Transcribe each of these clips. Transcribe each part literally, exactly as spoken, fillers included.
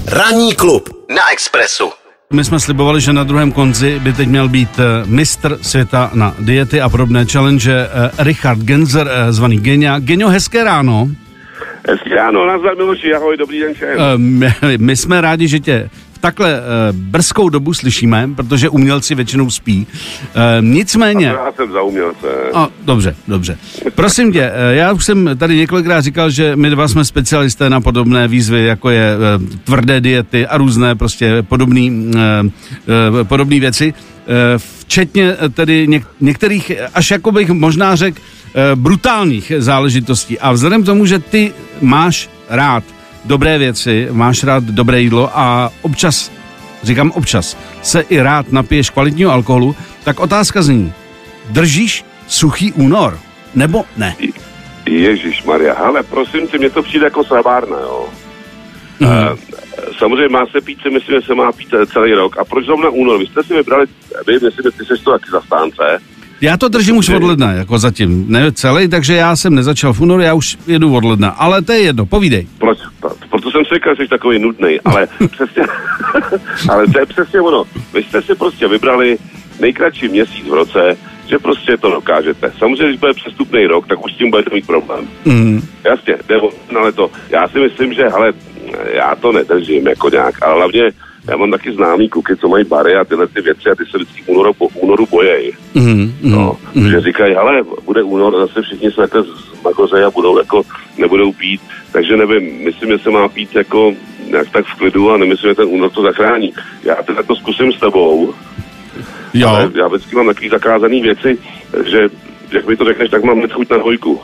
Ranní klub na Expressu. My jsme slibovali, že na druhém konci by teď měl být mistr světa na diety a podobné challenge Richard Genzer, zvaný Geňa. Geňo, hezké ráno. Hezké ráno, nazdar Miloši, ahoj, dobrý den všem. My, my jsme rádi, že tě v takhle uh, brzkou dobu slyšíme, protože umělci většinou spí. Uh, nicméně... A já jsem za umělce. A, dobře, dobře. Prosím tě, já už jsem tady několikrát říkal, že my dva jsme specialisté na podobné výzvy, jako je uh, tvrdé diety a různé prostě podobné uh, uh, podobné věci. Uh, včetně tedy něk- některých, až jako bych možná řekl, uh, brutálních záležitostí. A vzhledem k tomu, že ty máš rád dobré věci, máš rád dobré jídlo a občas, říkám občas, se i rád napiješ kvalitního alkoholu, tak otázka zní, držíš suchý únor, nebo ne? Ježišmarja, hele, prosím tě, mně to přijde jako slavárna, jo. Mm. Uh, samozřejmě má se pít, si myslím, že se má pít celý rok. A proč zrovna únor? Vy jste si vybrali, vy, myslím, že ty jsi to taky zastánce. Já to držím už od ledna, jako zatím, ne celý, takže já jsem nezačal v únoru, já už jedu od ledna, ale to je jedno, povídej. Proč? Proto jsem si říkal, že jsi takový nudnej, ale přesně, ale to je přesně ono. Vy jste si prostě vybrali nejkratší měsíc v roce, že prostě to dokážete. Samozřejmě, když bude přestupný rok, tak už s tím budete mít problém. Mm. Jasně, nebo ale to, já si myslím, že, hele, já to nedržím jako nějak, ale hlavně já mám taky známý kluky, co mají bary a tyhle ty věci a ty se vždycky únoru, po únoru bojejí. Mm, no, mm. Že říkají, hele, bude únor, zase všichni se takhle zmagořejí a budou jako, nebudou pít, takže nevím, myslím, že se má pít jako nějak tak v klidu a nemyslím, že ten únor to zachrání. Já teda to zkusím s tebou, jo. Ale já vždycky mám takový zakázaný věci, že jak mi to řekneš, tak mám hned chuť na dvojku.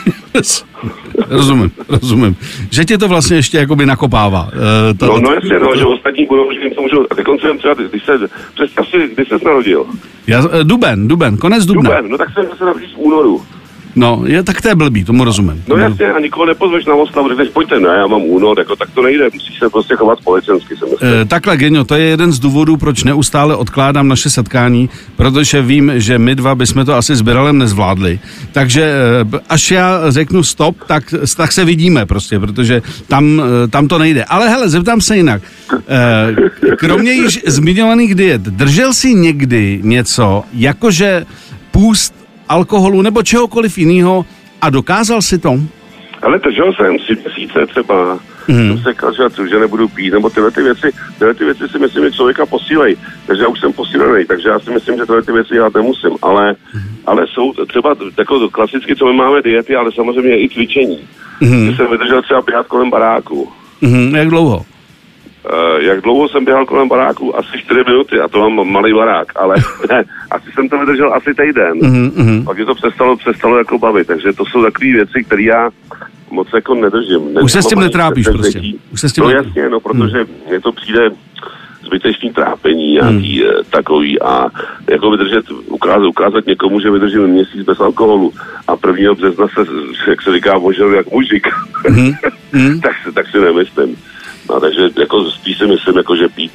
rozumím, rozumím. Že tě to vlastně ještě jakoby nakopává. Uh, to, no, no jasně, no, že ostatní budou, že něco můžou, a teď jsem třeba, když se, představ si, kdy ses narodil? Já, uh, duben, duben, konec dubna. Duben, no tak jsem se narodil v únoru. No, je, tak to je blbý, tomu rozumím. No jasně, a nikoho nepozveš na oslavu, řekneš, pojďte, ne, já mám únor, jako tak to nejde, musíš se prostě chovat společensky, jsem myslím. E, takhle, Geňo, to je jeden z důvodů, proč neustále odkládám naše setkání, protože vím, že my dva bychom to asi s Biralem nezvládli. Takže e, až já řeknu stop, tak, tak se vidíme prostě, protože tam, e, tam to nejde. Ale hele, zeptám se jinak. E, kromě již zmiňovaných diet, držel jsi někdy něco, jakože půst alkoholu nebo čehokoliv jiného a dokázal si to? Ale držel jsem si měsíce třeba, mm. jsem se kažel, že nebudu pít, nebo tyhle ty věci, tyhle ty věci si myslím, že člověka posílej, takže já už jsem posílený, takže já si myslím, že tyhle ty věci dělat nemusím, ale, mm. ale jsou třeba jako klasicky, co my máme diety, ale samozřejmě i cvičení. Mm. Že jsem vydržel třeba běhat kolem baráku. Mm. Jak dlouho? Uh, jak dlouho jsem běhal kolem baráku? Asi čtyři minuty a to mám malý barák, ale ne, asi jsem to vydržel asi týden. Mm-hmm. Pak je to přestalo, přestalo jako bavit, takže to jsou takové věci, které já moc jako nedržím. Ne, Už se s tím netrápíš prostě. Už se s tím no netrápíš. Jasně, no, protože mm. mně to přijde zbytečný trápení nějaký mm. takový a jako vydržet, ukázat, ukázat někomu, že vydržím měsíc bez alkoholu a prvního března se, jak se říká, ožil jak mužik. Mm. mm. tak, tak si nemyslím. No, takže jako spíš si myslím, jako, že pít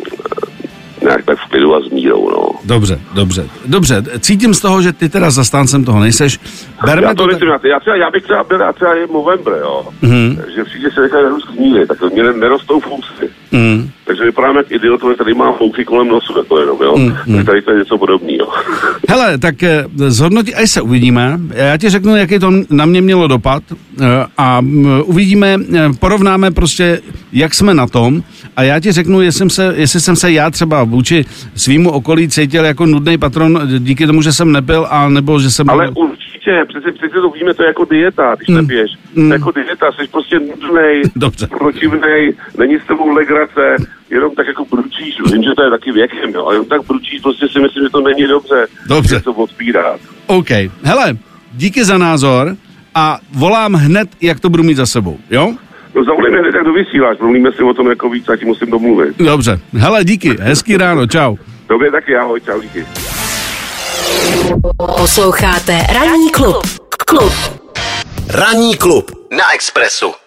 nějak tak v klidu a s mírou, no. Dobře, dobře, dobře. Cítím z toho, že ty teda zastáncem toho nejseš. Berme já to, to nejsem, tak... já, třeba, já bych třeba byl, já třeba je November, jo. Mm. Že přijde se nechat nerůst kníry, tak to mě nerostou fousy. Mm. Takže vypadám jak idiot, který tady má fouky kolem nosu, jako jenom, jo. Mm. Tak tady to je něco podobného. Hele, tak zhodnotí, až se uvidíme. Já ti řeknu, jaký to na mě mělo dopad a uvidíme, porovnáme prostě, jak jsme na tom a já ti řeknu, jestli jsem se, jestli jsem se já třeba vůči svýmu okolí cítil jako nudný patron díky tomu, že jsem nepil, a nebo že jsem... Ale byl... určitě, přece, přece to vidíme, to je jako dieta, když mm. nepiješ. Mm. To je jako dieta, jsi prostě nudnej, protivnej, není s tebou legrace, jenom tak jako bručíš, vím, že to je taky věkem, jo, ale jenom tak bručíš, prostě si myslím, že to není dobře. Dobře. Že to odpírat. OK. Hele, díky za názor a volám hned, jak to budu mít za sebou, jo? No zavolej mě hned, jak to vysíláš, mluvíme si o tom jako víc, a ti musím domluvit. Dobře. Hele, díky, hezký ráno, čau. Dobře, taky ahoj, čau, díky. Posloucháte Ranní klub. Klub. Ranní klub na Expressu.